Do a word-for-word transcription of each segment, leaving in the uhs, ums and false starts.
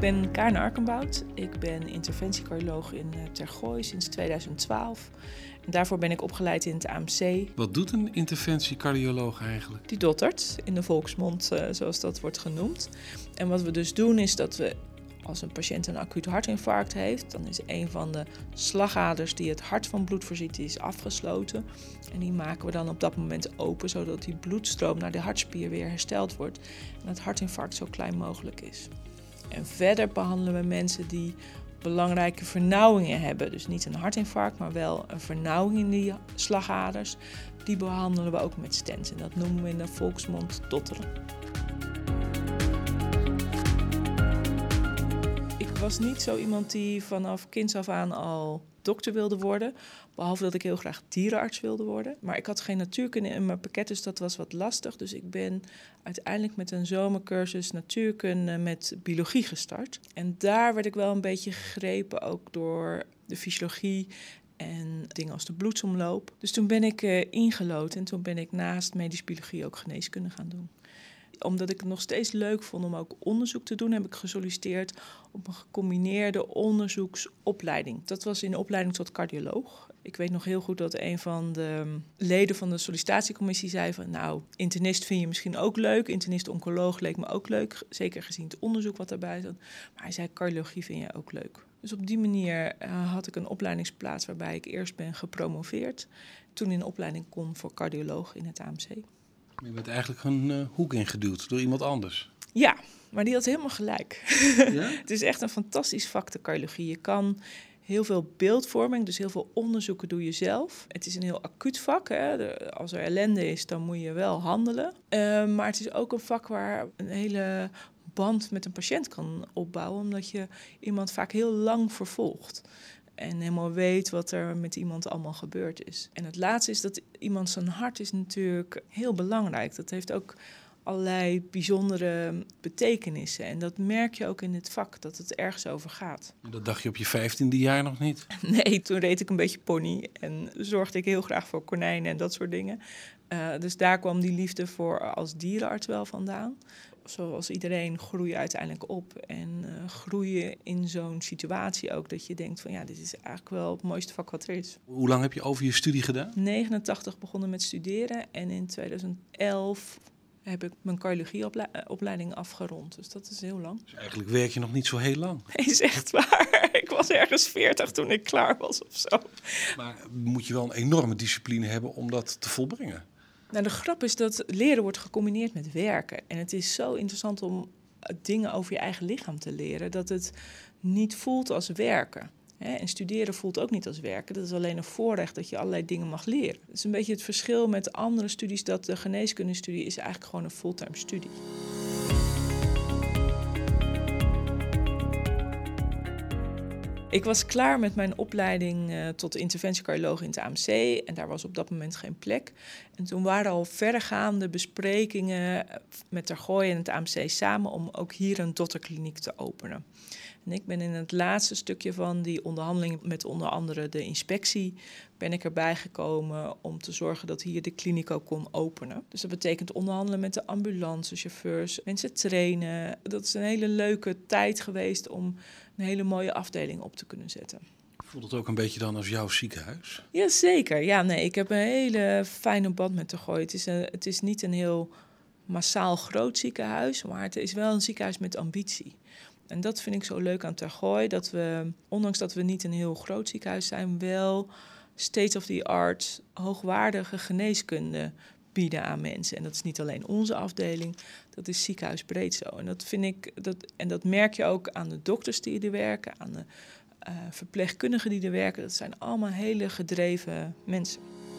ben Karen Arkenbout. Ik ben interventiecardioloog in Tergooi sinds tweeduizend twaalf. En daarvoor ben ik opgeleid in het A M C. Wat doet een interventiecardioloog eigenlijk? Die dottert, in de volksmond, uh, zoals dat wordt genoemd. En wat we dus doen is dat we, als een patiënt een acuut hartinfarct heeft, dan is een van de slagaders die het hart van bloed voorziet, die is afgesloten. En die maken we dan op dat moment open, zodat die bloedstroom naar de hartspier weer hersteld wordt. En het hartinfarct zo klein mogelijk is. En verder behandelen we mensen die belangrijke vernauwingen hebben. Dus niet een hartinfarct, maar wel een vernauwing in die slagaders. Die behandelen we ook met stents. En dat noemen we in de volksmond dotteren. Ik was niet zo iemand die vanaf kinds af aan al dokter wilde worden. Behalve dat ik heel graag dierenarts wilde worden. Maar ik had geen natuurkunde in mijn pakket, dus dat was wat lastig. Dus ik ben uiteindelijk met een zomercursus natuurkunde met biologie gestart. En daar werd ik wel een beetje gegrepen, ook door de fysiologie en dingen als de bloedsomloop. Dus toen ben ik uh, ingelood en toen ben ik naast medische biologie ook geneeskunde gaan doen. Omdat ik het nog steeds leuk vond om ook onderzoek te doen, heb ik gesolliciteerd op een gecombineerde onderzoeksopleiding. Dat was in de opleiding tot cardioloog. Ik weet nog heel goed dat een van de leden van de sollicitatiecommissie zei van, nou, internist vind je misschien ook leuk. Internist-oncoloog leek me ook leuk, zeker gezien het onderzoek wat daarbij zat. Maar hij zei, cardiologie vind je ook leuk. Dus op die manier uh, had ik een opleidingsplaats waarbij ik eerst ben gepromoveerd. Toen in de opleiding kon voor cardioloog in het A M C. Je bent eigenlijk een uh, hoek ingeduwd door iemand anders. Ja, maar die had helemaal gelijk. Ja? Het is echt een fantastisch vak, de cardiologie. Je kan heel veel beeldvorming, dus heel veel onderzoeken doe je zelf. Het is een heel acuut vak. Hè? De, als er ellende is, dan moet je wel handelen. Uh, maar het is ook een vak waar een hele band met een patiënt kan opbouwen, omdat je iemand vaak heel lang vervolgt. En helemaal weet wat er met iemand allemaal gebeurd is. En het laatste is dat iemand zijn hart is natuurlijk heel belangrijk. Dat heeft ook allerlei bijzondere betekenissen. En dat merk je ook in het vak, dat het ergens over gaat. Dat dacht je op je vijftiende jaar nog niet? Nee, toen reed ik een beetje pony en zorgde ik heel graag voor konijnen en dat soort dingen. Uh, dus daar kwam die liefde voor als dierenarts wel vandaan. Zoals iedereen groei je uiteindelijk op en uh, groei je in zo'n situatie ook dat je denkt van ja, dit is eigenlijk wel het mooiste vak wat er is. Hoe lang heb je over je studie gedaan? negenentachtig begonnen met studeren en in tweeduizend elf heb ik mijn cardiologieopleiding afgerond. Dus dat is heel lang. Dus eigenlijk werk je nog niet zo heel lang. Nee, is echt waar. Ik was ergens veertig toen ik klaar was of zo. Maar moet je wel een enorme discipline hebben om dat te volbrengen? Nou, de grap is dat leren wordt gecombineerd met werken. En het is zo interessant om dingen over je eigen lichaam te leren, dat het niet voelt als werken. En studeren voelt ook niet als werken. Dat is alleen een voorrecht dat je allerlei dingen mag leren. Het is een beetje het verschil met andere studies, dat de geneeskundestudie is eigenlijk gewoon een fulltime studie. Ik was klaar met mijn opleiding uh, tot interventiecardioloog in het A M C en daar was op dat moment geen plek. En toen waren al verregaande besprekingen met Tergooi en het A M C samen om ook hier een dotterkliniek te openen. En ik ben in het laatste stukje van die onderhandeling met onder andere de inspectie ben ik erbij gekomen om te zorgen dat hier de kliniek ook kon openen. Dus dat betekent onderhandelen met de ambulancechauffeurs, mensen trainen. Dat is een hele leuke tijd geweest om een hele mooie afdeling op te kunnen zetten. Voelt het ook een beetje dan als jouw ziekenhuis? Jazeker. Ja, nee, ik heb een hele fijne band met Tergooi. Het is, een, het is niet een heel massaal groot ziekenhuis, maar het is wel een ziekenhuis met ambitie. En dat vind ik zo leuk aan Tergooi, dat we, ondanks dat we niet een heel groot ziekenhuis zijn, wel state-of-the-art hoogwaardige geneeskunde bieden aan mensen. En dat is niet alleen onze afdeling, dat is ziekenhuisbreed zo. En dat vind ik, dat, en dat merk je ook aan de dokters die er werken, aan de uh, verpleegkundigen die er werken. Dat zijn allemaal hele gedreven mensen.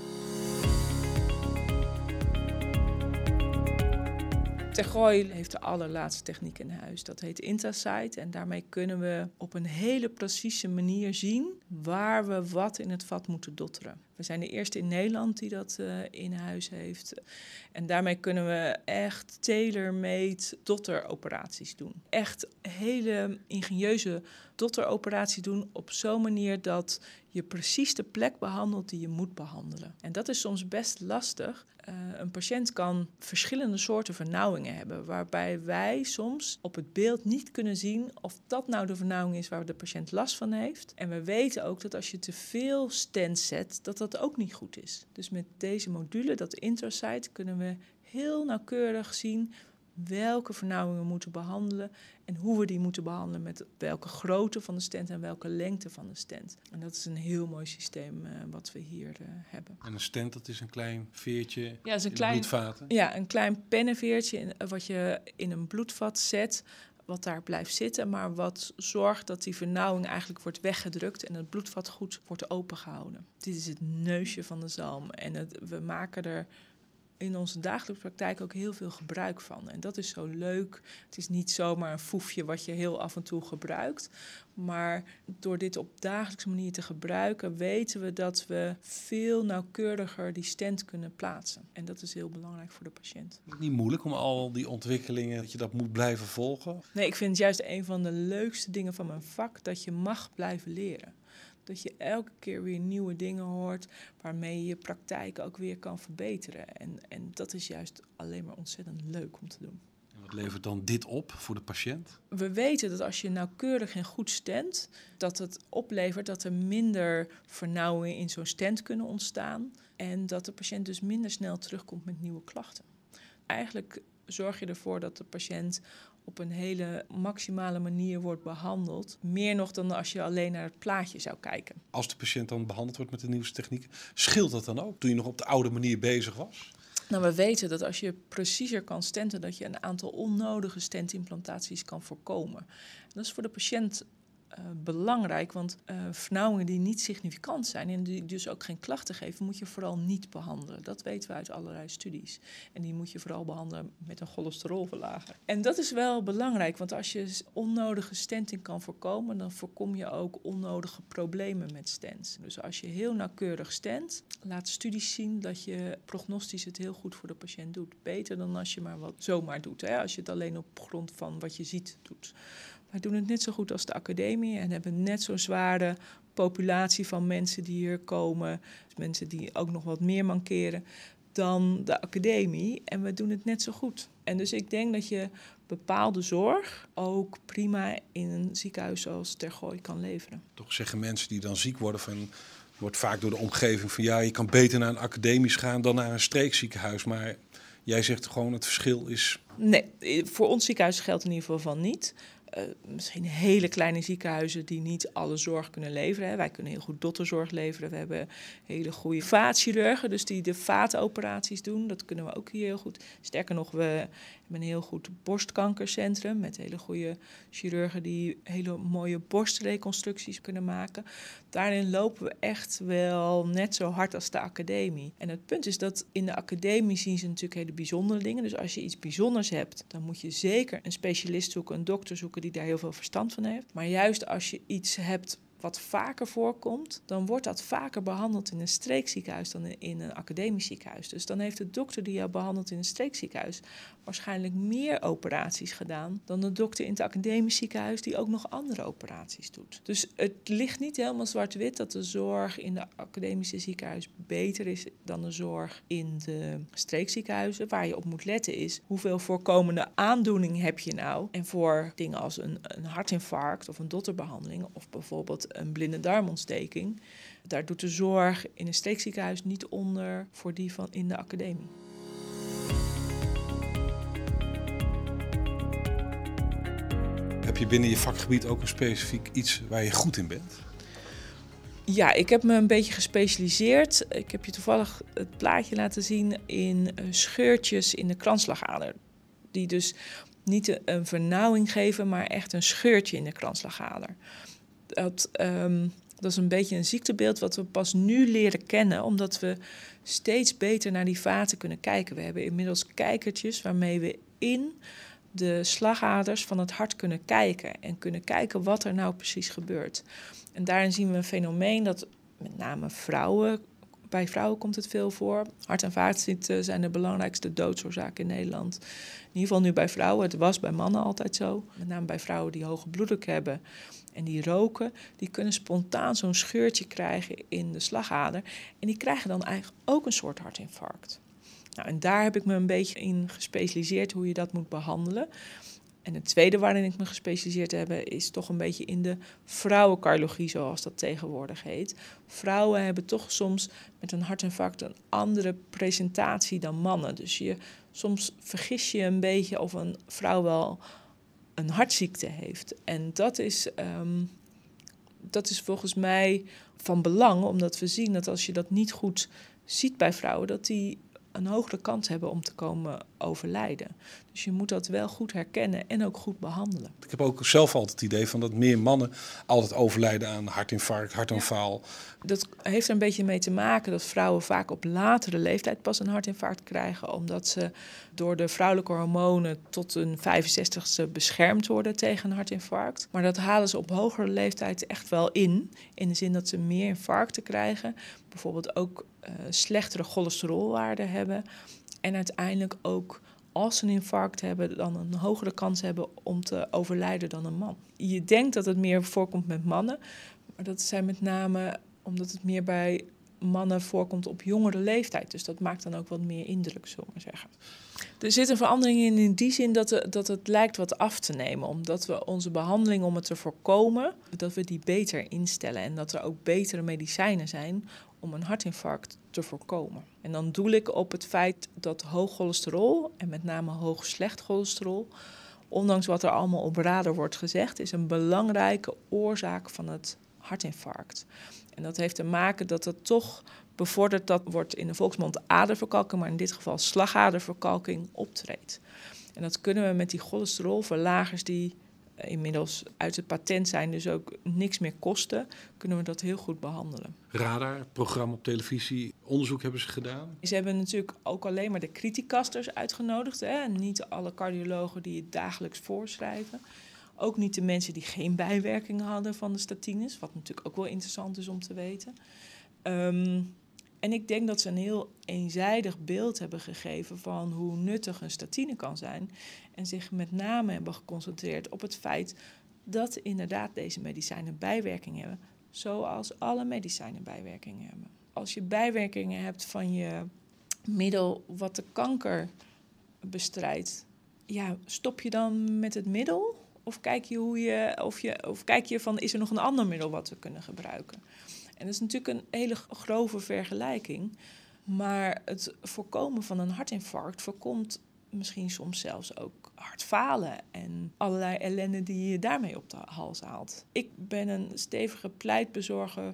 Tergooi heeft de allerlaatste techniek in huis. Dat heet Intasight. En daarmee kunnen we op een hele precieze manier zien waar we wat in het vat moeten dotteren. We zijn de eerste in Nederland die dat uh, in huis heeft. En daarmee kunnen we echt tailor-made dotteroperaties doen. Echt hele ingenieuze dotteroperaties doen op zo'n manier dat je precies de plek behandelt die je moet behandelen. En dat is soms best lastig. Uh, een patiënt kan verschillende soorten vernauwingen hebben, waarbij wij soms op het beeld niet kunnen zien of dat nou de vernauwing is waar de patiënt last van heeft. En we weten ook dat als je te veel stents zet, dat dat ook niet goed is. Dus met deze module, dat Intrasight, kunnen we heel nauwkeurig zien welke vernauwingen we moeten behandelen en hoe we die moeten behandelen met welke grootte van de stent en welke lengte van de stent. En dat is een heel mooi systeem uh, wat we hier uh, hebben. En een stent, dat is een klein veertje ja, is een in klein, de bloedvaten? Ja, een klein pennenveertje in, wat je in een bloedvat zet, wat daar blijft zitten, maar wat zorgt dat die vernauwing eigenlijk wordt weggedrukt en het bloedvat goed wordt opengehouden. Dit is het neusje van de zalm en het, we maken er in onze dagelijkse praktijk ook heel veel gebruik van. En dat is zo leuk. Het is niet zomaar een foefje wat je heel af en toe gebruikt. Maar door dit op dagelijkse manier te gebruiken, weten we dat we veel nauwkeuriger die stent kunnen plaatsen. En dat is heel belangrijk voor de patiënt. Is het niet moeilijk om al die ontwikkelingen, dat je dat moet blijven volgen? Nee, ik vind het juist een van de leukste dingen van mijn vak, dat je mag blijven leren. Dat je elke keer weer nieuwe dingen hoort waarmee je je praktijk ook weer kan verbeteren. En, en dat is juist alleen maar ontzettend leuk om te doen. En wat levert dan dit op voor de patiënt? We weten dat als je nauwkeurig en goed stent, dat het oplevert dat er minder vernauwingen in zo'n stent kunnen ontstaan. En dat de patiënt dus minder snel terugkomt met nieuwe klachten. Eigenlijk zorg je ervoor dat de patiënt op een hele maximale manier wordt behandeld. Meer nog dan als je alleen naar het plaatje zou kijken. Als de patiënt dan behandeld wordt met de nieuwste technieken, scheelt dat dan ook toen je nog op de oude manier bezig was? Nou, we weten dat als je preciezer kan stenten, dat je een aantal onnodige stentimplantaties kan voorkomen. En dat is voor de patiënt Uh, belangrijk, want uh, vernauwingen die niet significant zijn en die dus ook geen klachten geven, moet je vooral niet behandelen. Dat weten we uit allerlei studies. En die moet je vooral behandelen met een cholesterolverlager. En dat is wel belangrijk, want als je onnodige stenting kan voorkomen, dan voorkom je ook onnodige problemen met stents. Dus als je heel nauwkeurig stent, laat studies zien dat je prognostisch het heel goed voor de patiënt doet. Beter dan als je maar wat zomaar doet, hè? Als je het alleen op grond van wat je ziet doet. Wij doen het net zo goed als de academie en hebben net zo'n zware populatie van mensen die hier komen. Dus mensen die ook nog wat meer mankeren dan de academie. En we doen het net zo goed. En dus ik denk dat je bepaalde zorg ook prima in een ziekenhuis zoals Tergooi kan leveren. Toch zeggen mensen die dan ziek worden van, wordt vaak door de omgeving van ja, je kan beter naar een academisch gaan dan naar een streekziekenhuis. Maar jij zegt gewoon het verschil is. Nee, voor ons ziekenhuis geldt in ieder geval van niet. Uh, misschien hele kleine ziekenhuizen die niet alle zorg kunnen leveren. Hè. Wij kunnen heel goed dotterzorg leveren. We hebben hele goede vaatchirurgen, dus die de vaatoperaties doen. Dat kunnen we ook hier heel goed. Sterker nog, we hebben een heel goed borstkankercentrum met hele goede chirurgen die hele mooie borstreconstructies kunnen maken. Daarin lopen we echt wel net zo hard als de academie. En het punt is dat in de academie zien ze natuurlijk hele bijzondere dingen. Dus als je iets bijzonders hebt, dan moet je zeker een specialist zoeken, een dokter zoeken die daar heel veel verstand van heeft. Maar juist als je iets hebt wat vaker voorkomt, dan wordt dat vaker behandeld in een streekziekenhuis dan in een academisch ziekenhuis. Dus dan heeft de dokter die jou behandelt in een streekziekenhuis waarschijnlijk meer operaties gedaan dan de dokter in het academisch ziekenhuis die ook nog andere operaties doet. Dus het ligt niet helemaal zwart-wit dat de zorg in de academische ziekenhuis beter is dan de zorg in de streekziekenhuizen. Waar je op moet letten is hoeveel voorkomende aandoening heb je nou. En voor dingen als een, een hartinfarct of een dotterbehandeling of bijvoorbeeld een blinde darmontsteking, daar doet de zorg in een streekziekenhuis niet onder voor die van in de academie. Heb je binnen je vakgebied ook een specifiek iets waar je goed in bent? Ja, ik heb me een beetje gespecialiseerd. Ik heb je toevallig het plaatje laten zien in scheurtjes in de kransslagader. Die dus niet een vernauwing geven, maar echt een scheurtje in de kransslagader. Dat, um, dat is een beetje een ziektebeeld wat we pas nu leren kennen, omdat we steeds beter naar die vaten kunnen kijken. We hebben inmiddels kijkertjes waarmee we in de slagaders van het hart kunnen kijken en kunnen kijken wat er nou precies gebeurt. En daarin zien we een fenomeen dat met name vrouwen bij vrouwen komt het veel voor. Hart- en vaatziekten zijn de belangrijkste doodsoorzaak in Nederland. In ieder geval nu bij vrouwen. Het was bij mannen altijd zo. Met name bij vrouwen die hoge bloeddruk hebben en die roken. Die kunnen spontaan zo'n scheurtje krijgen in de slagader. En die krijgen dan eigenlijk ook een soort hartinfarct. Nou, en daar heb ik me een beetje in gespecialiseerd hoe je dat moet behandelen. En het tweede waarin ik me gespecialiseerd heb, is toch een beetje in de vrouwencardiologie, zoals dat tegenwoordig heet. Vrouwen hebben toch soms met een hartinfarct een andere presentatie dan mannen. Dus je, soms vergis je een beetje of een vrouw wel een hartziekte heeft. En dat is, um, dat is volgens mij van belang, omdat we zien dat als je dat niet goed ziet bij vrouwen, dat die een hogere kans hebben om te komen overlijden. Dus je moet dat wel goed herkennen en ook goed behandelen. Ik heb ook zelf altijd het idee van dat meer mannen altijd overlijden aan hartinfarct, hartaanval. Ja, dat heeft er een beetje mee te maken dat vrouwen vaak op latere leeftijd pas een hartinfarct krijgen, omdat ze door de vrouwelijke hormonen tot hun vijfenzestigste beschermd worden tegen een hartinfarct. Maar dat halen ze op hogere leeftijd echt wel in, in de zin dat ze meer infarcten krijgen, bijvoorbeeld ook uh, slechtere cholesterolwaarden hebben en uiteindelijk ook als ze een infarct hebben, dan een hogere kans hebben om te overlijden dan een man. Je denkt dat het meer voorkomt met mannen, maar dat zijn met name omdat het meer bij mannen voorkomt op jongere leeftijd. Dus dat maakt dan ook wat meer indruk, zullen we maar zeggen. Er zit een verandering in in die zin dat, de, dat het lijkt wat af te nemen. Omdat we onze behandeling om het te voorkomen, dat we die beter instellen. En dat er ook betere medicijnen zijn om een hartinfarct te voorkomen. En dan doel ik op het feit dat hoog cholesterol, en met name hoog slecht cholesterol, ondanks wat er allemaal op radar wordt gezegd, is een belangrijke oorzaak van het hartinfarct. En dat heeft te maken dat het toch bevordert, dat wordt in de volksmond aderverkalking, maar in dit geval slagaderverkalking optreedt. En dat kunnen we met die cholesterolverlagers die inmiddels uit het patent zijn, dus ook niks meer kosten, kunnen we dat heel goed behandelen. Radar, programma op televisie, onderzoek hebben ze gedaan? Ze hebben natuurlijk ook alleen maar de criticasters uitgenodigd, hè? En niet alle cardiologen die het dagelijks voorschrijven. Ook niet de mensen die geen bijwerkingen hadden van de statines, wat natuurlijk ook wel interessant is om te weten. Um, en ik denk dat ze een heel eenzijdig beeld hebben gegeven van hoe nuttig een statine kan zijn. En zich met name hebben geconcentreerd op het feit dat inderdaad deze medicijnen bijwerkingen hebben. Zoals alle medicijnen bijwerkingen hebben. Als je bijwerkingen hebt van je middel wat de kanker bestrijdt, ja, stop je dan met het middel? Of kijk je, hoe je, of je, of kijk je van, is er nog een ander middel wat we kunnen gebruiken? En dat is natuurlijk een hele grove vergelijking. Maar het voorkomen van een hartinfarct voorkomt misschien soms zelfs ook hartfalen en allerlei ellende die je daarmee op de hals haalt. Ik ben een stevige pleitbezorger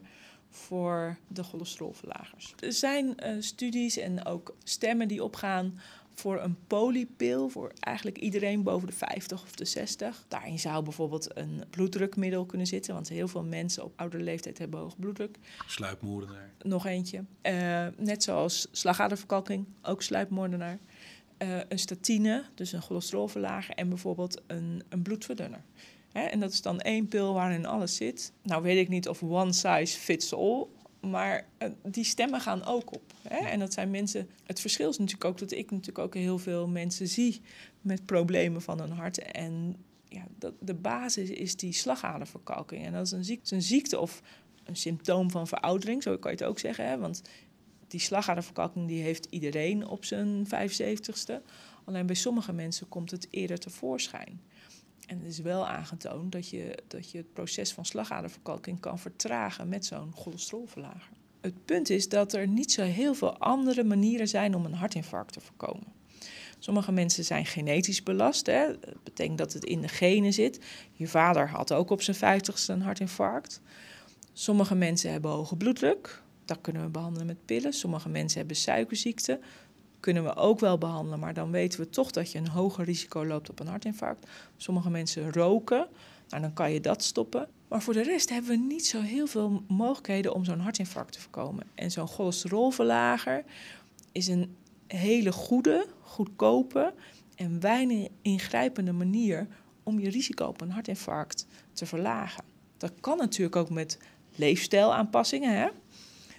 voor de cholesterolverlagers. Er zijn uh, studies en ook stemmen die opgaan voor een polypil, voor eigenlijk iedereen boven de vijftig of de zestig. Daarin zou bijvoorbeeld een bloeddrukmiddel kunnen zitten, want heel veel mensen op oudere leeftijd hebben hoge bloeddruk. Sluipmoordenaar. Nog eentje. Uh, net zoals slagaderverkalking, ook sluipmoordenaar. Uh, een statine, dus een cholesterolverlager en bijvoorbeeld een, een bloedverdunner. Hè, en dat is dan één pil waarin alles zit. Nou weet ik niet of one size fits all, maar uh, die stemmen gaan ook op. Hè? En dat zijn mensen. Het verschil is natuurlijk ook dat ik natuurlijk ook heel veel mensen zie met problemen van hun hart. En ja, dat, de basis is die slagaderverkalking. En dat is een ziekte, een ziekte of een symptoom van veroudering, zo kan je het ook zeggen. Hè? Want die slagaderverkalking die heeft iedereen op zijn vijfenzeventigste. Alleen bij sommige mensen komt het eerder tevoorschijn. En het is wel aangetoond dat je, dat je het proces van slagaderverkalking kan vertragen met zo'n cholesterolverlager. Het punt is dat er niet zo heel veel andere manieren zijn om een hartinfarct te voorkomen. Sommige mensen zijn genetisch belast. Hè. Dat betekent dat het in de genen zit. Je vader had ook op zijn vijftigste een hartinfarct. Sommige mensen hebben hoge bloeddruk. Dat kunnen we behandelen met pillen. Sommige mensen hebben suikerziekte. Kunnen we ook wel behandelen, maar dan weten we toch dat je een hoger risico loopt op een hartinfarct. Sommige mensen roken, nou dan kan je dat stoppen. Maar voor de rest hebben we niet zo heel veel mogelijkheden om zo'n hartinfarct te voorkomen. En zo'n cholesterolverlager is een hele goede, goedkope en weinig ingrijpende manier om je risico op een hartinfarct te verlagen. Dat kan natuurlijk ook met leefstijlaanpassingen, hè.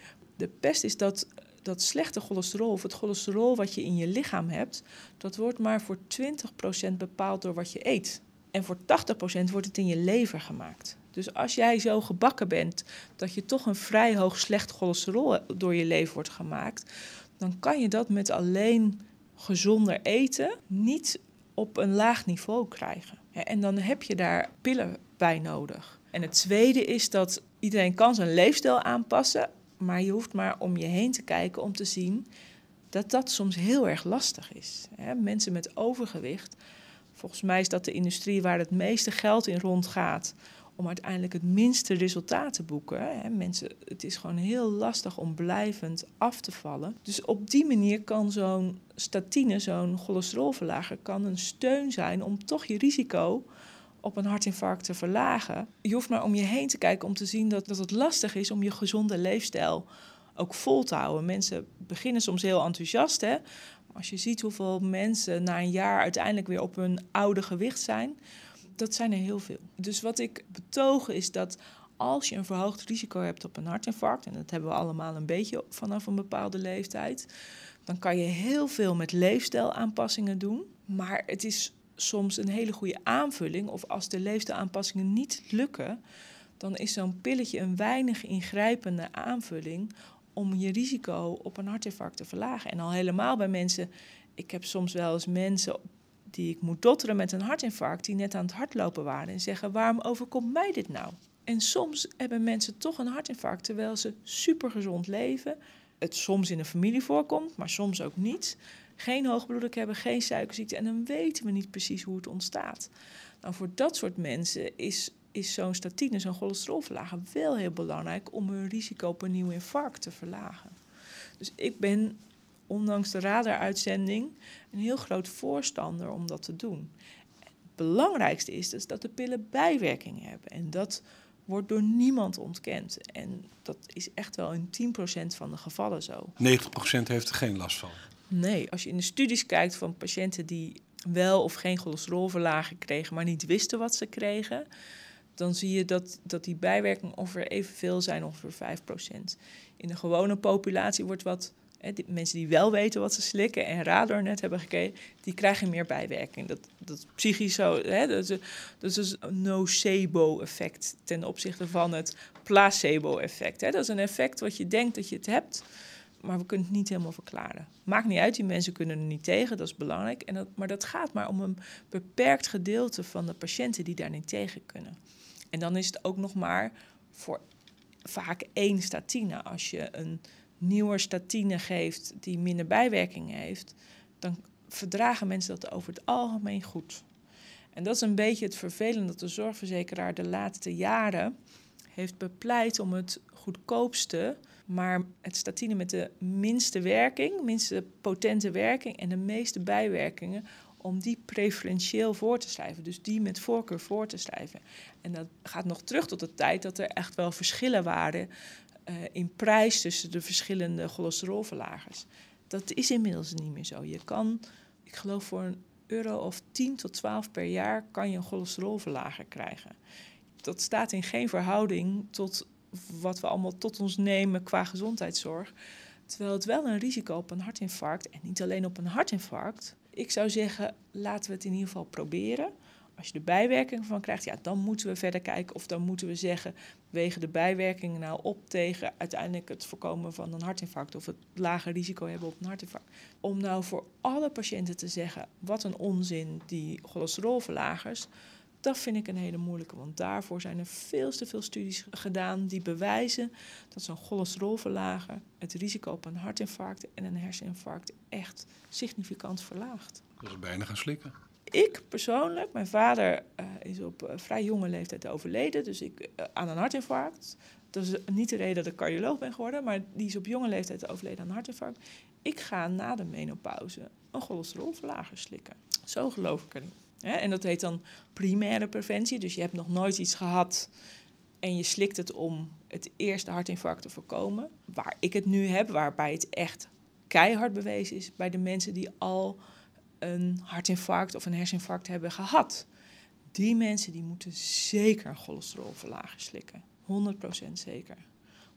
De pest is dat, dat slechte cholesterol, of het cholesterol wat je in je lichaam hebt, dat wordt maar voor twintig procent bepaald door wat je eet. En voor tachtig procent wordt het in je lever gemaakt. Dus als jij zo gebakken bent dat je toch een vrij hoog slecht cholesterol door je lever wordt gemaakt, dan kan je dat met alleen gezonder eten niet op een laag niveau krijgen. En dan heb je daar pillen bij nodig. En het tweede is dat iedereen kan zijn leefstijl aanpassen, maar je hoeft maar om je heen te kijken om te zien dat dat soms heel erg lastig is. Mensen met overgewicht, volgens mij is dat de industrie waar het meeste geld in rondgaat om uiteindelijk het minste resultaat te boeken. Mensen, het is gewoon heel lastig om blijvend af te vallen. Dus op die manier kan zo'n statine, zo'n cholesterolverlager, kan een steun zijn om toch je risico op een hartinfarct te verlagen. Je hoeft maar om je heen te kijken om te zien dat, dat het lastig is om je gezonde leefstijl ook vol te houden. Mensen beginnen soms heel enthousiast, hè. Maar als je ziet hoeveel mensen na een jaar uiteindelijk weer op hun oude gewicht zijn, dat zijn er heel veel. Dus wat ik betoog is dat als je een verhoogd risico hebt op een hartinfarct, en dat hebben we allemaal een beetje vanaf een bepaalde leeftijd, dan kan je heel veel met leefstijlaanpassingen doen. Maar het is soms een hele goede aanvulling, of als de leefstijlaanpassingen niet lukken, dan is zo'n pilletje een weinig ingrijpende aanvulling om je risico op een hartinfarct te verlagen. En al helemaal bij mensen, ik heb soms wel eens mensen die ik moet dotteren met een hartinfarct, die net aan het hardlopen waren en zeggen, waarom overkomt mij dit nou? En soms hebben mensen toch een hartinfarct terwijl ze supergezond leven. Het soms in een familie voorkomt, maar soms ook niet. Geen hoogbloeddruk hebben, geen suikerziekte en dan weten we niet precies hoe het ontstaat. Nou, voor dat soort mensen is, is zo'n statine, zo'n cholesterolverlager, wel heel belangrijk om hun risico op een nieuw infarct te verlagen. Dus ik ben, ondanks de radaruitzending, een heel groot voorstander om dat te doen. Het belangrijkste is dus dat de pillen bijwerkingen hebben. En dat wordt door niemand ontkend. En dat is echt wel in tien procent van de gevallen zo. negentig procent heeft er geen last van. Nee, als je in de studies kijkt van patiënten die wel of geen cholesterolverlaging kregen, maar niet wisten wat ze kregen, dan zie je dat, dat die bijwerkingen ongeveer evenveel zijn, ongeveer vijf procent. In de gewone populatie wordt wat, hè, die, mensen die wel weten wat ze slikken en radar net hebben gekregen, die krijgen meer bijwerking. Dat, dat psychisch zo, hè, dat is, dat is een nocebo-effect ten opzichte van het placebo-effect. Hè. Dat is een effect wat je denkt dat je het hebt, maar we kunnen het niet helemaal verklaren. Maakt niet uit, die mensen kunnen er niet tegen, dat is belangrijk. En dat, maar dat gaat maar om een beperkt gedeelte van de patiënten die daar niet tegen kunnen. En dan is het ook nog maar voor vaak één statine. Als je een nieuwe statine geeft die minder bijwerkingen heeft, dan verdragen mensen dat over het algemeen goed. En dat is een beetje het vervelende dat de zorgverzekeraar de laatste jaren heeft bepleit om het goedkoopste, maar het statine met de minste werking, minste potente werking en de meeste bijwerkingen, om die preferentieel voor te schrijven. Dus die met voorkeur voor te schrijven. En dat gaat nog terug tot de tijd dat er echt wel verschillen waren uh, in prijs tussen de verschillende cholesterolverlagers. Dat is inmiddels niet meer zo. Je kan, ik geloof voor een euro of tien tot twaalf per jaar kan je een cholesterolverlager krijgen. Dat staat in geen verhouding tot wat we allemaal tot ons nemen qua gezondheidszorg. Terwijl het wel een risico op een hartinfarct, en niet alleen op een hartinfarct. Ik zou zeggen, laten we het in ieder geval proberen. Als je de bijwerkingen van krijgt, ja, dan moeten we verder kijken. Of dan moeten we zeggen, wegen de bijwerkingen nou op tegen uiteindelijk het voorkomen van een hartinfarct of het lage risico hebben op een hartinfarct. Om nou voor alle patiënten te zeggen, wat een onzin, die cholesterolverlagers, dat vind ik een hele moeilijke, want daarvoor zijn er veel te veel studies gedaan die bewijzen dat zo'n cholesterolverlager het risico op een hartinfarct en een herseninfarct echt significant verlaagt. Dat is bijna gaan slikken. Ik persoonlijk, mijn vader uh, is op uh, vrij jonge leeftijd overleden, dus ik uh, aan een hartinfarct. Dat is niet de reden dat ik cardioloog ben geworden, maar die is op jonge leeftijd overleden aan een hartinfarct. Ik ga na de menopauze een cholesterolverlager slikken. Zo geloof ik erin. He, en dat heet dan primaire preventie. Dus je hebt nog nooit iets gehad en je slikt het om het eerste hartinfarct te voorkomen. Waar ik het nu heb, waarbij het echt keihard bewezen is bij de mensen die al een hartinfarct of een herseninfarct hebben gehad. Die mensen die moeten zeker een cholesterolverlager slikken. honderd procent zeker.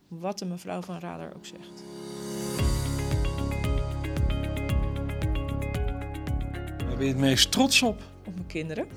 wat de mevrouw van Radar ook zegt. Waar ben je het meest trots op? Op mijn kinderen.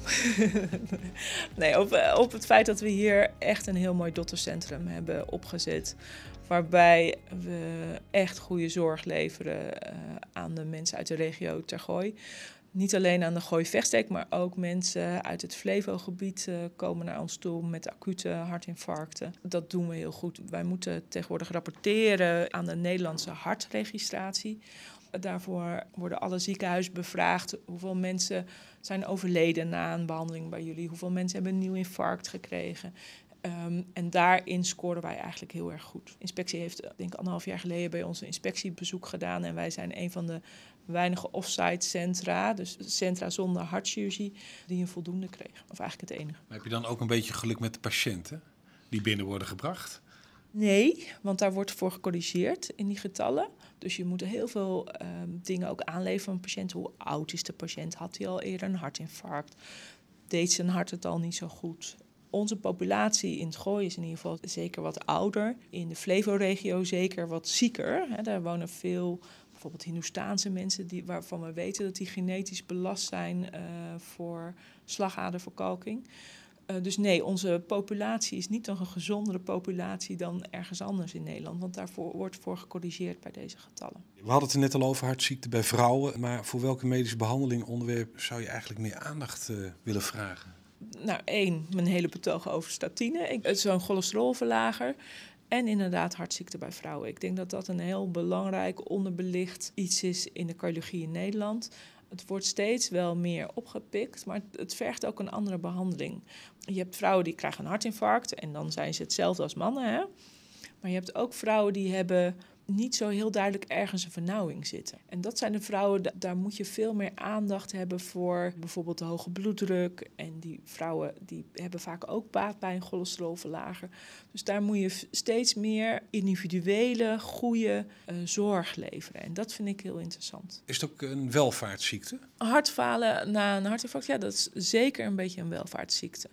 nee, op, op het feit dat we hier echt een heel mooi dottercentrum hebben opgezet. Waarbij we echt goede zorg leveren uh, aan de mensen uit de regio Tergooi. Niet alleen aan de Gooi-Vechtstreek, maar ook mensen uit het Flevo-gebied uh, komen naar ons toe met acute hartinfarcten. Dat doen we heel goed. Wij moeten tegenwoordig rapporteren aan de Nederlandse hartregistratie. Daarvoor worden alle ziekenhuizen bevraagd. Hoeveel mensen zijn overleden na een behandeling bij jullie? Hoeveel mensen hebben een nieuw infarct gekregen? Um, en daarin scoren wij eigenlijk heel erg goed. De inspectie heeft, denk ik, anderhalf jaar geleden bij ons een inspectiebezoek gedaan. En wij zijn een van de weinige off-site centra, dus centra zonder hartchirurgie, die een voldoende kregen. Of eigenlijk het enige. Maar heb je dan ook een beetje geluk met de patiënten die binnen worden gebracht? Nee, want daar wordt voor gecorrigeerd in die getallen. Dus je moet heel veel um, dingen ook aanleveren van een patiënt. Hoe oud is de patiënt? Had hij al eerder een hartinfarct? Deed zijn hart het al niet zo goed? Onze populatie in het Gooi is in ieder geval zeker wat ouder. In de Flevo-regio zeker wat zieker. Hè. Daar wonen veel, bijvoorbeeld Hindoestaanse mensen, die, waarvan we weten dat die genetisch belast zijn uh, voor slagaderverkalking. Uh, dus nee, onze populatie is niet nog een gezondere populatie dan ergens anders in Nederland. Want daarvoor wordt voor gecorrigeerd bij deze getallen. We hadden het er net al over hartziekten bij vrouwen. Maar voor welke medische behandeling onderwerp zou je eigenlijk meer aandacht uh, willen vragen? Nou, één, mijn hele betoog over statine. Ik, zo'n cholesterolverlager. En inderdaad hartziekten bij vrouwen. Ik denk dat dat een heel belangrijk onderbelicht iets is in de cardiologie in Nederland. Het wordt steeds wel meer opgepikt, maar het vergt ook een andere behandeling. Je hebt vrouwen die krijgen een hartinfarct en dan zijn ze hetzelfde als mannen. Hè? Maar je hebt ook vrouwen die hebben niet zo heel duidelijk ergens een vernauwing zitten. En dat zijn de vrouwen, daar moet je veel meer aandacht hebben voor bijvoorbeeld de hoge bloeddruk. En die vrouwen die hebben vaak ook baat bij een cholesterolverlager. Dus daar moet je steeds meer individuele, goede uh, zorg leveren. En dat vind ik heel interessant. Is het ook een welvaartsziekte? Hartfalen na een hartinfarct, ja, dat is zeker een beetje een welvaartsziekte.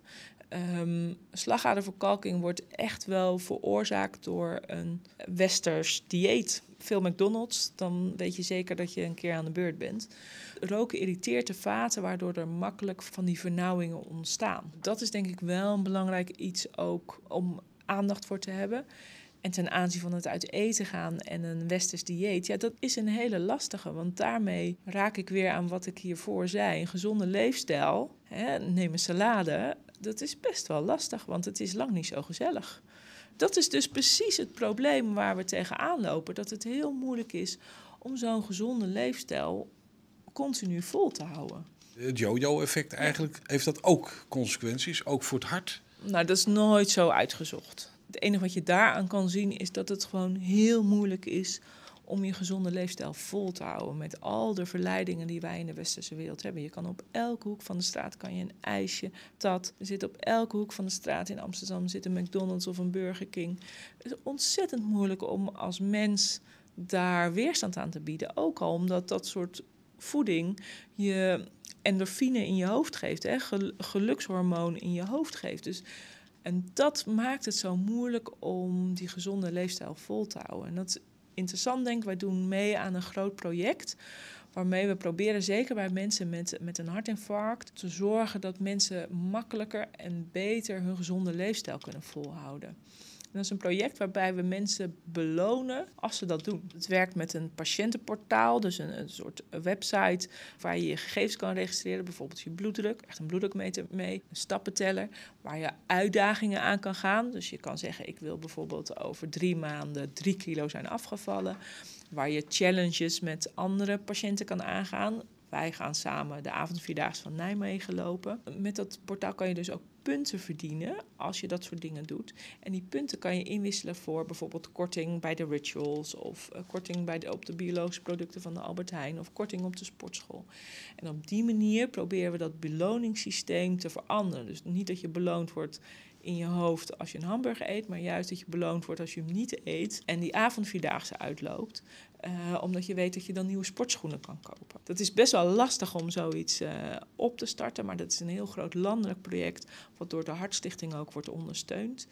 Um, slagaderverkalking wordt echt wel veroorzaakt door een westers dieet. Veel McDonald's, dan weet je zeker dat je een keer aan de beurt bent. Roken irriteert de vaten, waardoor er makkelijk van die vernauwingen ontstaan. Dat is denk ik wel een belangrijk iets ook om aandacht voor te hebben. En ten aanzien van het uit eten gaan en een westers dieet, ja, dat is een hele lastige. Want daarmee raak ik weer aan wat ik hiervoor zei. Een gezonde leefstijl, hè, neem een salade, dat is best wel lastig, want het is lang niet zo gezellig. Dat is dus precies het probleem waar we tegenaan lopen. Dat het heel moeilijk is om zo'n gezonde leefstijl continu vol te houden. Het yo-yo-effect eigenlijk, heeft dat ook consequenties, ook voor het hart? Nou, dat is nooit zo uitgezocht. Het enige wat je daaraan kan zien is dat het gewoon heel moeilijk is om je gezonde leefstijl vol te houden met al de verleidingen die wij in de westerse wereld hebben. Je kan op elke hoek van de straat kan je een ijsje, dat. Er zit op elke hoek van de straat in Amsterdam zit een McDonald's of een Burger King. Het is ontzettend moeilijk om als mens daar weerstand aan te bieden. Ook al omdat dat soort voeding je endorfine in je hoofd geeft, hè, gelukshormoon in je hoofd geeft. Dus en dat maakt het zo moeilijk om die gezonde leefstijl vol te houden. En dat is interessant, denk ik. Wij doen mee aan een groot project waarmee we proberen, zeker bij mensen met, met een hartinfarct, te zorgen dat mensen makkelijker en beter hun gezonde leefstijl kunnen volhouden. En dat is een project waarbij we mensen belonen als ze dat doen. Het werkt met een patiëntenportaal, dus een, een soort website waar je je gegevens kan registreren. Bijvoorbeeld je bloeddruk, echt een bloeddrukmeter mee, een stappenteller, waar je uitdagingen aan kan gaan. Dus je kan zeggen, ik wil bijvoorbeeld over drie maanden drie kilo zijn afgevallen. Waar je challenges met andere patiënten kan aangaan. Wij gaan samen de avondvierdaagse van Nijmegen lopen. Met dat portaal kan je dus ook punten verdienen als je dat soort dingen doet. En die punten kan je inwisselen voor bijvoorbeeld korting bij de Rituals of uh, korting bij de, op de biologische producten van de Albert Heijn of korting op de sportschool. En op die manier proberen we dat beloningssysteem te veranderen. Dus niet dat je beloond wordt in je hoofd als je een hamburger eet, maar juist dat je beloond wordt als je hem niet eet en die avondvierdaagse uitloopt. Uh, omdat je weet dat je dan nieuwe sportschoenen kan kopen. Dat is best wel lastig om zoiets uh, op te starten, maar dat is een heel groot landelijk project wat door de Hartstichting ook wordt ondersteund.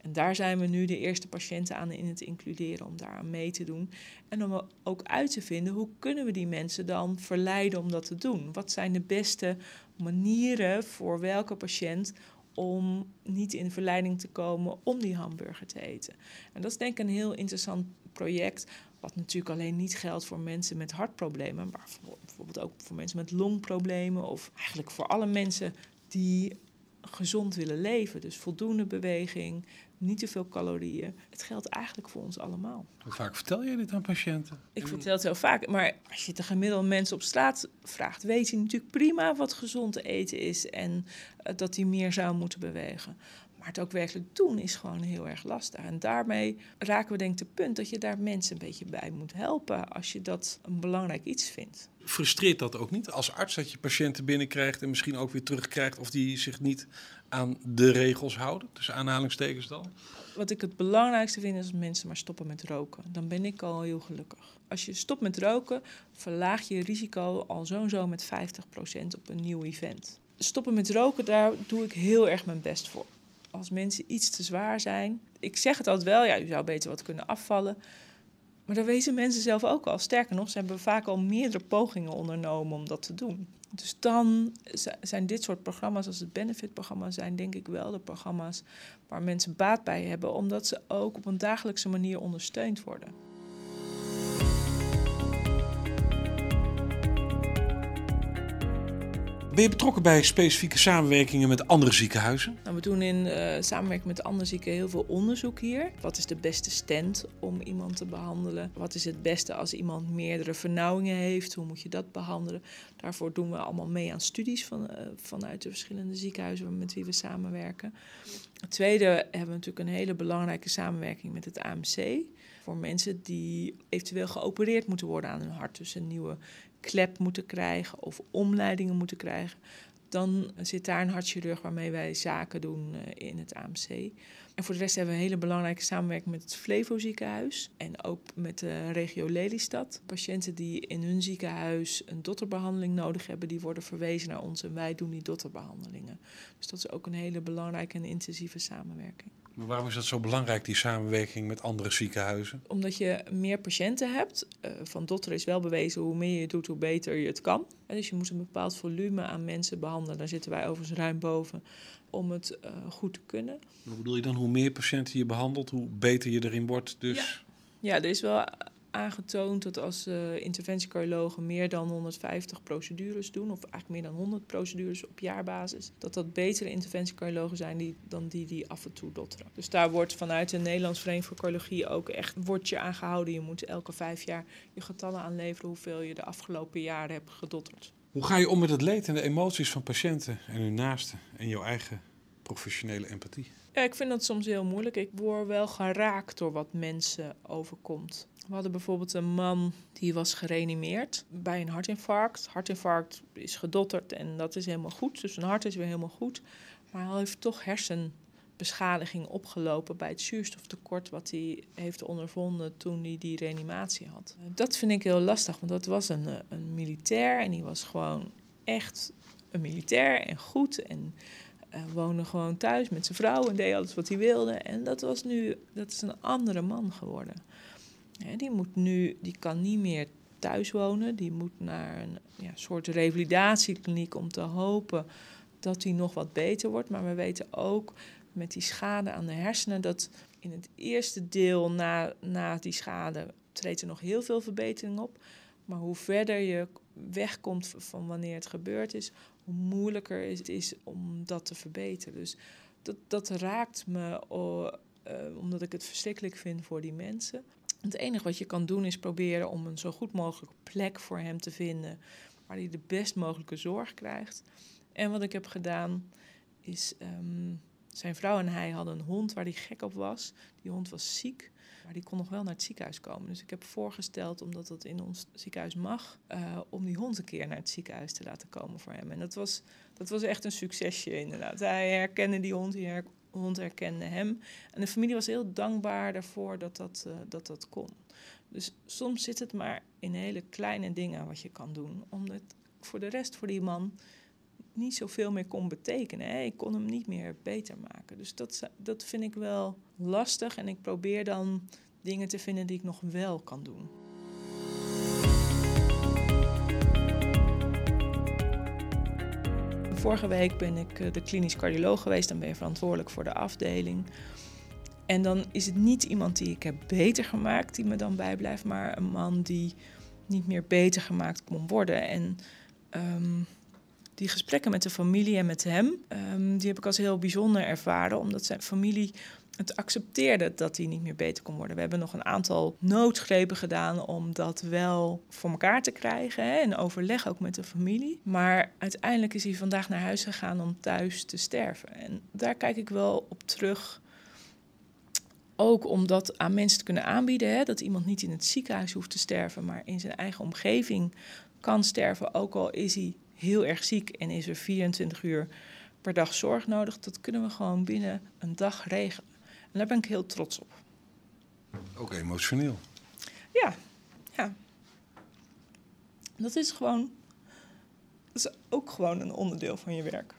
En daar zijn we nu de eerste patiënten aan in het includeren om daaraan mee te doen. En om ook uit te vinden, hoe kunnen we die mensen dan verleiden om dat te doen? Wat zijn de beste manieren voor welke patiënt om niet in verleiding te komen om die hamburger te eten? En dat is denk ik een heel interessant project, wat natuurlijk alleen niet geldt voor mensen met hartproblemen, maar bijvoorbeeld ook voor mensen met longproblemen of eigenlijk voor alle mensen die gezond willen leven. Dus voldoende beweging, niet te veel calorieën. Het geldt eigenlijk voor ons allemaal. Hoe vaak vertel je dit aan patiënten? Ik vertel het heel vaak, maar als je de gemiddelde mensen op straat vraagt, weet hij natuurlijk prima wat gezond eten is en uh, dat hij meer zou moeten bewegen. Maar het ook werkelijk doen is gewoon heel erg lastig. En daarmee raken we denk ik het punt dat je daar mensen een beetje bij moet helpen als je dat een belangrijk iets vindt. Frustreert dat ook niet als arts dat je patiënten binnenkrijgt en misschien ook weer terugkrijgt of die zich niet aan de regels houden? Dus aanhalingstekens dan? Wat ik het belangrijkste vind is dat mensen maar stoppen met roken. Dan ben ik al heel gelukkig. Als je stopt met roken, verlaag je je risico al zo en zo met vijftig procent op een nieuw event. Stoppen met roken, daar doe ik heel erg mijn best voor. Als mensen iets te zwaar zijn. Ik zeg het altijd wel, ja, u zou beter wat kunnen afvallen. Maar daar weten mensen zelf ook al. Sterker nog, ze hebben vaak al meerdere pogingen ondernomen om dat te doen. Dus dan zijn dit soort programma's als het Benefit-programma zijn denk ik wel de programma's waar mensen baat bij hebben, omdat ze ook op een dagelijkse manier ondersteund worden. Ben je betrokken bij specifieke samenwerkingen met andere ziekenhuizen? Nou, we doen in uh, samenwerking met andere ziekenhuizen heel veel onderzoek hier. Wat is de beste stand om iemand te behandelen? Wat is het beste als iemand meerdere vernauwingen heeft? Hoe moet je dat behandelen? Daarvoor doen we allemaal mee aan studies van, uh, vanuit de verschillende ziekenhuizen met wie we samenwerken. Het tweede hebben we natuurlijk een hele belangrijke samenwerking met het A M C. Voor mensen die eventueel geopereerd moeten worden aan hun hart. Dus een nieuwe klep moeten krijgen of omleidingen moeten krijgen. Dan zit daar een hartchirurg waarmee wij zaken doen in het A M C. En voor de rest hebben we een hele belangrijke samenwerking met het Flevo ziekenhuis. En ook met de regio Lelystad. Patiënten die in hun ziekenhuis een dotterbehandeling nodig hebben, die worden verwezen naar ons en wij doen die dotterbehandelingen. Dus dat is ook een hele belangrijke en intensieve samenwerking. Maar waarom is dat zo belangrijk, die samenwerking met andere ziekenhuizen? Omdat je meer patiënten hebt. Uh, van dotter is wel bewezen, hoe meer je doet, hoe beter je het kan. En dus je moet een bepaald volume aan mensen behandelen. Daar zitten wij overigens ruim boven om het uh, goed te kunnen. Wat bedoel je dan? Hoe meer patiënten je behandelt, hoe beter je erin wordt? Dus... Ja. ja, er is wel aangetoond dat als uh, interventiecardiologen meer dan honderdvijftig procedures doen, of eigenlijk meer dan honderd procedures op jaarbasis, dat dat betere interventiecardiologen zijn die, dan die die af en toe dotteren. Dus daar wordt vanuit de Nederlandse Vereniging voor Cardiologie ook echt wordt je aangehouden. Je moet elke vijf jaar je getallen aanleveren hoeveel je de afgelopen jaren hebt gedotterd. Hoe ga je om met het leed en de emoties van patiënten en hun naasten en jouw eigen professionele empathie? Ja, ik vind dat soms heel moeilijk. Ik word wel geraakt door wat mensen overkomt. We hadden bijvoorbeeld een man die was gereanimeerd bij een hartinfarct. Hartinfarct is gedotterd en dat is helemaal goed. Dus zijn hart is weer helemaal goed. Maar hij heeft toch hersenbeschadiging opgelopen bij het zuurstoftekort wat hij heeft ondervonden toen hij die reanimatie had. Dat vind ik heel lastig, want dat was een, een militair en die was gewoon echt een militair en goed en uh, woonde gewoon thuis met zijn vrouw en deed alles wat hij wilde. En dat was nu, dat is een andere man geworden. Ja, die moet nu, die kan niet meer thuis wonen. Die moet naar een ja, soort revalidatiekliniek om te hopen dat hij nog wat beter wordt. Maar we weten ook met die schade aan de hersenen dat in het eerste deel na, na die schade treedt er nog heel veel verbetering op. Maar hoe verder je wegkomt van wanneer het gebeurd is, hoe moeilijker het is om dat te verbeteren. Dus dat, dat raakt me, oh, uh, omdat ik het verschrikkelijk vind voor die mensen. Het enige wat je kan doen is proberen om een zo goed mogelijke plek voor hem te vinden waar hij de best mogelijke zorg krijgt. En wat ik heb gedaan is, um, zijn vrouw en hij hadden een hond waar hij gek op was. Die hond was ziek, maar die kon nog wel naar het ziekenhuis komen. Dus ik heb voorgesteld, omdat dat in ons ziekenhuis mag, uh, om die hond een keer naar het ziekenhuis te laten komen voor hem. En dat was, dat was echt een succesje inderdaad. Hij herkende die hond, die her- hond herkende hem. En de familie was heel dankbaar daarvoor dat dat, uh, dat, dat kon. Dus soms zit het maar in hele kleine dingen wat je kan doen. Omdat voor de rest, voor die man, niet zoveel meer kon betekenen. Hè. Ik kon hem niet meer beter maken. Dus dat, dat vind ik wel lastig. En ik probeer dan dingen te vinden die ik nog wel kan doen. Vorige week ben ik de klinisch cardioloog geweest. Dan ben je verantwoordelijk voor de afdeling. En dan is het niet iemand die ik heb beter gemaakt die me dan bijblijft, maar een man die niet meer beter gemaakt kon worden. En um, die gesprekken met de familie en met hem, um, die heb ik als heel bijzonder ervaren, omdat zijn familie het accepteerde dat hij niet meer beter kon worden. We hebben nog een aantal noodgrepen gedaan om dat wel voor elkaar te krijgen, hè, in overleg ook met de familie. Maar uiteindelijk is hij vandaag naar huis gegaan om thuis te sterven. En daar kijk ik wel op terug. Ook om dat aan mensen te kunnen aanbieden. Hè? Dat iemand niet in het ziekenhuis hoeft te sterven, maar in zijn eigen omgeving kan sterven. Ook al is hij heel erg ziek en is er vierentwintig uur per dag zorg nodig. Dat kunnen we gewoon binnen een dag regelen. En daar ben ik heel trots op. Ook emotioneel. Ja, ja. Dat is gewoon... Dat is ook gewoon een onderdeel van je werk.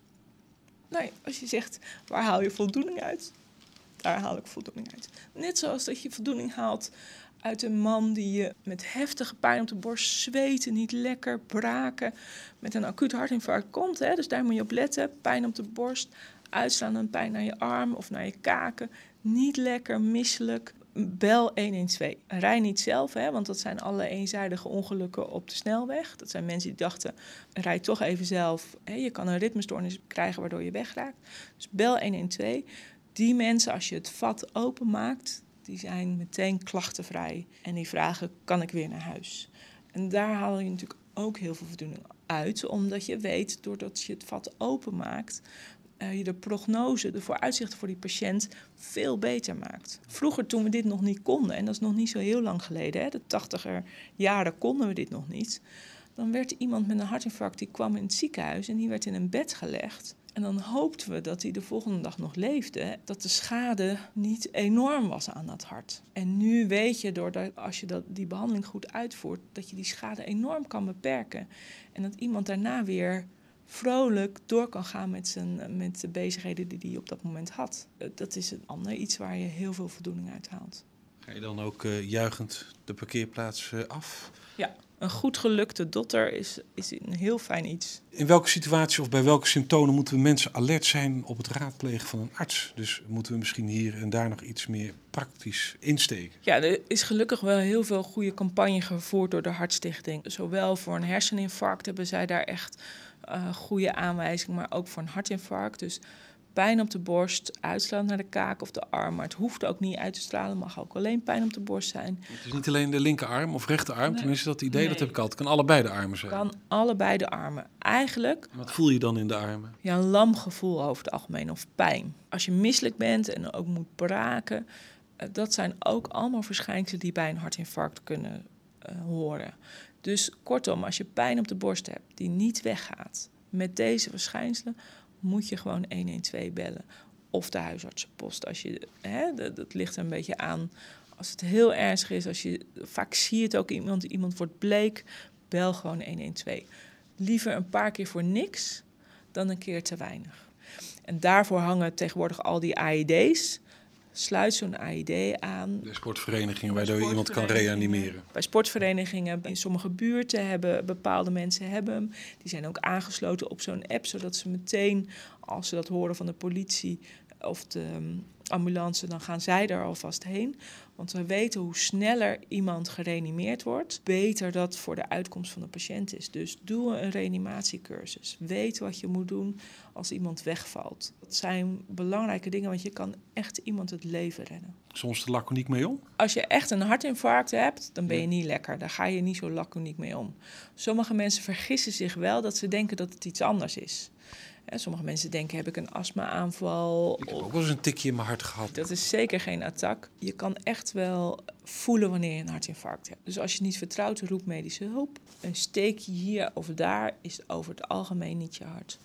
Nee, als je zegt, waar haal je voldoening uit? Daar haal ik voldoening uit. Net zoals dat je voldoening haalt uit een man die je met heftige pijn op de borst, zweten, niet lekker, braken, met een acuut hartinfarct komt. Hè? Dus daar moet je op letten. Pijn op de borst, uitslaande pijn naar je arm of naar je kaken. Niet lekker, misselijk. Bel honderdtwaalf. Rij niet zelf, hè, want dat zijn alle eenzijdige ongelukken op de snelweg. Dat zijn mensen die dachten, rij toch even zelf. Hè, je kan een ritmestoornis krijgen waardoor je wegraakt. Dus bel honderdtwaalf. Die mensen, als je het vat openmaakt, die zijn meteen klachtenvrij. En die vragen, kan ik weer naar huis? En daar haal je natuurlijk ook heel veel voldoening uit. Omdat je weet, doordat je het vat openmaakt, uh, je de prognose, de vooruitzichten voor die patiënt veel beter maakt. Vroeger, toen we dit nog niet konden, en dat is nog niet zo heel lang geleden, hè, de tachtiger jaren konden we dit nog niet. Dan werd iemand met een hartinfarct, die kwam in het ziekenhuis en die werd in een bed gelegd. En dan hoopten we dat hij de volgende dag nog leefde, dat de schade niet enorm was aan dat hart. En nu weet je, doordat als je dat, die behandeling goed uitvoert, dat je die schade enorm kan beperken. En dat iemand daarna weer vrolijk door kan gaan met, zijn, met de bezigheden die hij op dat moment had. Dat is een ander iets waar je heel veel voldoening uit haalt. Ga je dan ook uh, juichend de parkeerplaats uh, af? Ja. Een goed gelukte dotter is, is een heel fijn iets. In welke situatie of bij welke symptomen moeten we mensen alert zijn op het raadplegen van een arts? Dus moeten we misschien hier en daar nog iets meer praktisch insteken? Ja, er is gelukkig wel heel veel goede campagne gevoerd door de Hartstichting. Zowel voor een herseninfarct hebben zij daar echt uh, goede aanwijzingen, maar ook voor een hartinfarct. Dus pijn op de borst, uitslaand naar de kaak of de arm. Maar het hoeft ook niet uit te stralen, het mag ook alleen pijn op de borst zijn. Het is niet alleen de linkerarm of rechterarm, nee. Tenminste dat idee, nee. dat heb ik altijd. Het kan allebei de armen zijn. Het kan allebei de armen. Eigenlijk... Wat voel je dan in de armen? Ja, een lam gevoel over het algemeen of pijn. Als je misselijk bent en ook moet braken, dat zijn ook allemaal verschijnselen die bij een hartinfarct kunnen uh, horen. Dus kortom, als je pijn op de borst hebt die niet weggaat met deze verschijnselen, moet je gewoon honderdtwaalf bellen. Of de huisartsenpost. Als je, hè, dat, dat ligt er een beetje aan. Als het heel ernstig is, als je, vaak zie je het ook, iemand, iemand wordt bleek, bel gewoon honderdtwaalf. Liever een paar keer voor niks dan een keer te weinig. En daarvoor hangen tegenwoordig al die A E D's. Sluit zo'n A E D aan. De sportverenigingen, waardoor je iemand kan reanimeren. Bij sportverenigingen, in sommige buurten hebben bepaalde mensen hebben hem. Die zijn ook aangesloten op zo'n app, zodat ze meteen, als ze dat horen van de politie of de ambulance, dan gaan zij daar alvast heen. Want we weten hoe sneller iemand gereanimeerd wordt, beter dat voor de uitkomst van de patiënt is. Dus doe een reanimatiecursus. Weet wat je moet doen als iemand wegvalt. Dat zijn belangrijke dingen, want je kan echt iemand het leven redden. Soms te laconiek mee om? Als je echt een hartinfarct hebt, dan ben je niet lekker. Daar ga je niet zo laconiek mee om. Sommige mensen vergissen zich wel dat ze denken dat het iets anders is. Sommige mensen denken, heb ik een astma-aanval? Ik heb ook wel eens een tikje in mijn hart gehad. Dat is zeker geen attack. Je kan echt wel voelen wanneer je een hartinfarct hebt. Dus als je niet vertrouwt, roep medische hulp. Een steekje hier of daar is over het algemeen niet je hart.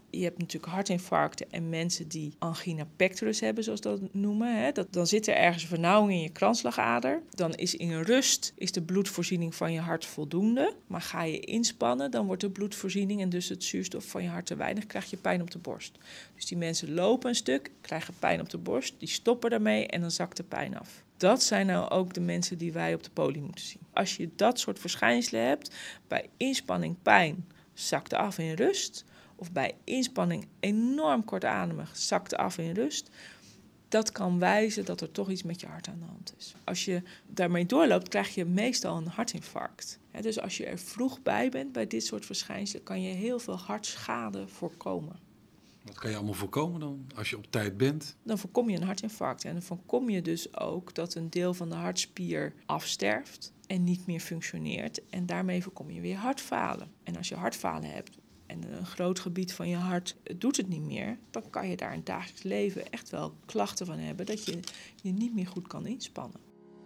je hebt natuurlijk hartinfarcten en mensen die angina pectoris hebben, zoals dat noemen. Hè. Dat, dan zit er ergens een vernauwing in je kransslagader. Dan is in rust is de bloedvoorziening van je hart voldoende. Maar ga je inspannen, dan wordt de bloedvoorziening en dus het zuurstof van je hart te weinig, krijg je pijn op de borst. Dus die mensen lopen een stuk, krijgen pijn op de borst, die stoppen daarmee en dan zakt de pijn af. Dat zijn nou ook de mensen die wij op de poli moeten zien. Als je dat soort verschijnselen hebt, bij inspanning pijn zakt af in rust, of bij inspanning enorm kortademig zakt af in rust, dat kan wijzen dat er toch iets met je hart aan de hand is. Als je daarmee doorloopt, krijg je meestal een hartinfarct. He, dus als je er vroeg bij bent bij dit soort verschijnselen, kan je heel veel hartschade voorkomen. Wat kan je allemaal voorkomen dan, als je op tijd bent? Dan voorkom je een hartinfarct. En dan voorkom je dus ook dat een deel van de hartspier afsterft en niet meer functioneert. En daarmee voorkom je weer hartfalen. En als je hartfalen hebt en een groot gebied van je hart doet het niet meer, dan kan je daar in het dagelijks leven echt wel klachten van hebben dat je je niet meer goed kan inspannen.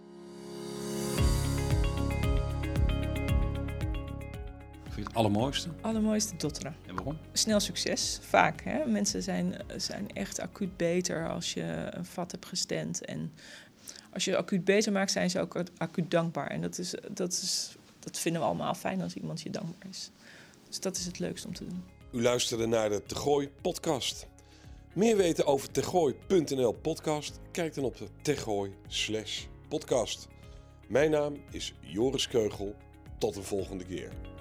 Vind je het allermooiste? Allermooiste dotteren. En waarom? Snel succes, vaak. Hè? Mensen zijn, zijn echt acuut beter als je een vat hebt gestent. En als je acuut beter maakt, zijn ze ook acuut dankbaar. En dat, is, dat, is, dat vinden we allemaal fijn als iemand je dankbaar is. Dus dat is het leukste om te doen. U luisterde naar de Tegooi podcast. Meer weten over tegooi punt n l podcast? Kijk dan op de tegooi slash podcast. Mijn naam is Joris Keugel. Tot de volgende keer.